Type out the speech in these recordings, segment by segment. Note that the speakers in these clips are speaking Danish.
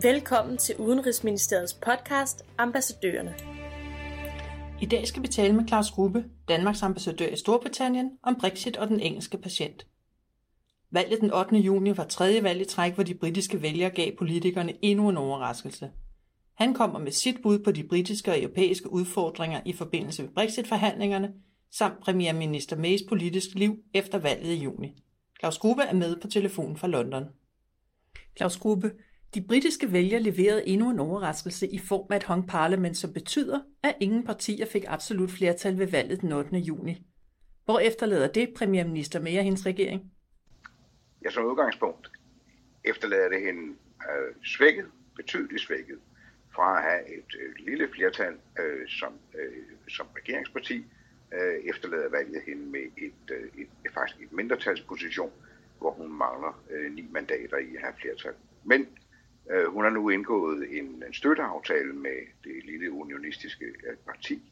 Velkommen til Udenrigsministeriets podcast Ambassadørerne. I dag skal vi tale med Klaus Grubbe, Danmarks ambassadør i Storbritannien, om Brexit og den engelske patient. Valget den 8. juni var tredje valg i træk, hvor de britiske vælgere gav politikerne endnu en overraskelse. Han kommer med sit bud på de britiske og europæiske udfordringer i forbindelse med Brexit-forhandlingerne, samt premierminister Mays politiske liv efter valget i juni. Klaus Grubbe er med på telefonen fra London. Klaus Grubbe, de britiske vælgere leverede endnu en overraskelse i form af et hung parliament, som betyder, at ingen partier fik absolut flertal ved valget den 8. juni. Hvor efterlader det premierminister May og hendes regering? Ja, som udgangspunkt efterlader det hende svækket, betydeligt svækket, fra at have et lille flertal som regeringsparti, efterlader valget hende med faktisk et mindretalsposition, hvor hun mangler 9 mandater i at have flertal. Men hun har nu indgået en støtteaftale med det lille unionistiske parti,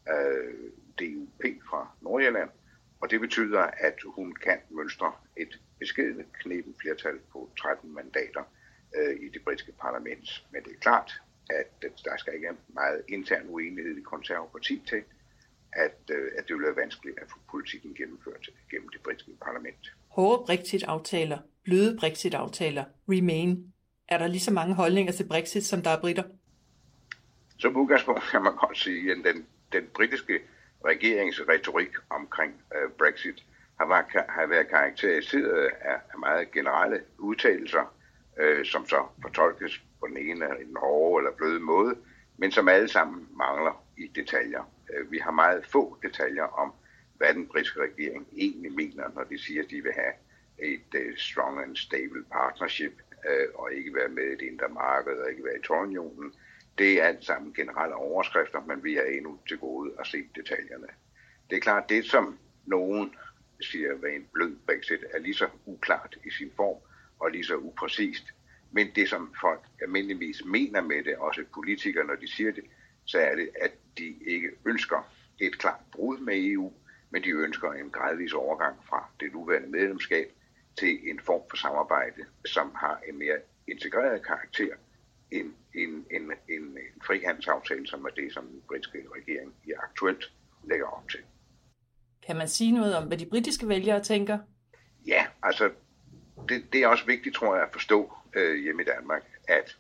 DUP fra Nordirland, og det betyder, at hun kan mønstre et beskedent knepen flertal på 13 mandater i det britiske parlament. Men det er klart, at der skal ikke meget intern uenighed i det konservative parti til, at det vil være vanskeligt at få politikken gennemført gennem det britiske parlament. Hårde Brexit-aftaler, bløde Brexit-aftaler, Remain. Er der lige så mange holdninger til Brexit, som der er britter? Som udgangspunkt kan man godt sige, at den britiske regerings retorik omkring Brexit har været karakteriseret af meget generelle udtalelser, som så fortolkes på den ene eller den hårde eller bløde måde, men som alle sammen mangler i detaljer. Vi har meget få detaljer om, hvad den britiske regering egentlig mener, når de siger, at de vil have et strong and stable partnership, og ikke være med i det indre marked og ikke være i toldunionen. Det er alt sammen generelle overskrifter, men vi er endnu til gode at se detaljerne. Det er klart, det som nogen siger ved en blød Brexit, er lige så uklart i sin form og lige så upræcist. Men det som folk almindeligvis mener med det, også politikere, når de siger det, så er det, at de ikke ønsker et klart brud med EU, men de ønsker en gradvis overgang fra det nuværende medlemskab til en form for samarbejde, som har en mere integreret karakter end en frihandelsaftale, som er det, som den britiske regering aktuelt lægger op til. Kan man sige noget om, hvad de britiske vælgere tænker? Ja, altså det er også vigtigt, tror jeg, at forstå hjemme i Danmark, at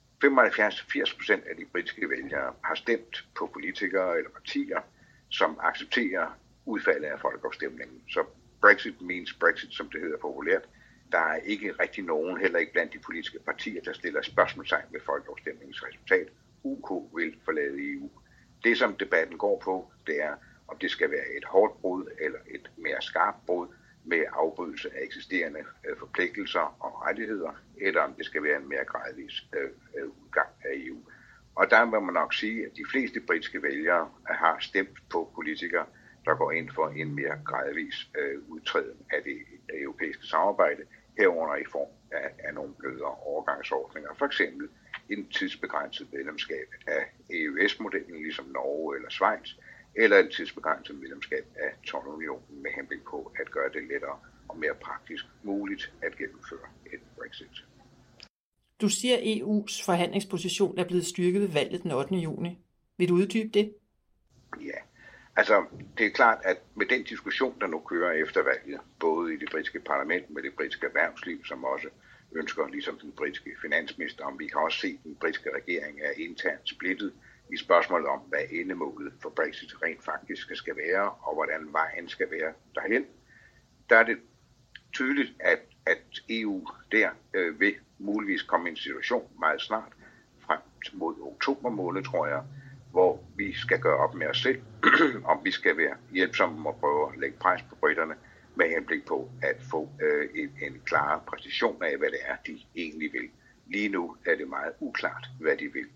75-80% af de britiske vælgere har stemt på politikere eller partier, som accepterer udfaldet af folkeafstemningen. Så Brexit means Brexit, som det hedder populært. Der er ikke rigtig nogen, heller ikke blandt de politiske partier, der stiller spørgsmålstegn ved folkeafstemningens resultat. UK vil forlade EU. Det, som debatten går på, det er, om det skal være et hårdt brud eller et mere skarpt brud med afbrydelse af eksisterende forpligtelser og rettigheder, eller om det skal være en mere gradvis udgang af EU. Og der må man nok sige, at de fleste britiske vælgere har stemt på politikere, der går ind for en mere gradvis udtræden af det europæiske samarbejde, herunder i form af nogle blødere overgangsordninger. For eksempel en tidsbegrænset medlemskab af EØS-modellen, ligesom Norge eller Schweiz, eller et tidsbegrænset medlemskab af toldunionen med henblik på at gøre det lettere og mere praktisk muligt at gennemføre et Brexit. Du siger, at EU's forhandlingsposition er blevet styrket ved valget den 8. juni. Vil du uddybe det? Ja, altså det er klart, at med den diskussion, der nu kører efter valget, både i det britiske parlament med det britiske erhvervsliv, som også ønsker, ligesom den britiske finansminister, om vi kan også se, at den britiske regering er internt splittet i spørgsmålet om, hvad endemålet for Brexit rent faktisk skal være, og hvordan vejen skal være derhen. Der er det tydeligt, at EU der vil muligvis komme i en situation meget snart, frem mod oktober måned, tror jeg, hvor vi skal gøre op med os selv, om vi skal være hjælpsomme og prøve at lægge pres på briterne, med henblik på at få en klar præcision af, hvad det er, de egentlig vil. Lige nu er det meget uklart, hvad de vil.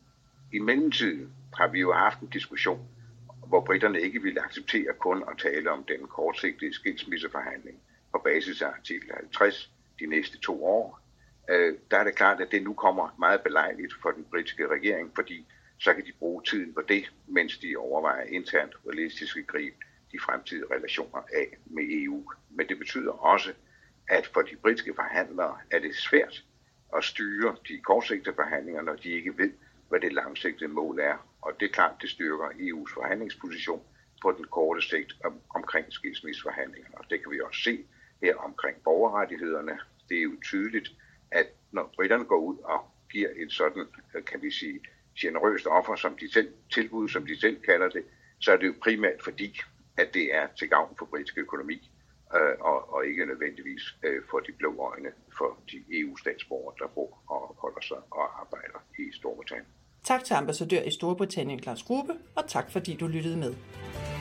I mellemtiden har vi jo haft en diskussion, hvor briterne ikke ville acceptere kun at tale om den kortsigtede skilsmisseforhandling på basis af artikel 50 de næste 2 år. Der er det klart, at det nu kommer meget belejligt for den britiske regering, fordi så kan de bruge tiden på det, mens de overvejer internt, hvorledes de skal gribe de fremtidige relationer af med EU. Men det betyder også, at for de britiske forhandlere er det svært at styre de kortsigtede forhandlinger, når de ikke ved, hvad det langsigtede mål er. Og det er klart, det styrker EU's forhandlingsposition på den korte sigt omkring skilsmisseforhandlingerne. Og det kan vi også se her omkring borgerrettighederne. Det er jo tydeligt, at når briterne går ud og giver et sådan, kan vi sige, generøst offer, tilbud, som de selv kalder det, så er det jo primært fordi, at det er til gavn for britisk økonomi, og ikke nødvendigvis for de blå øjne for de EU-statsborgere, der bor og opholder sig og arbejder i Storbritannien. Tak til ambassadør i Storbritannien, Klaus Grube, og tak fordi du lyttede med.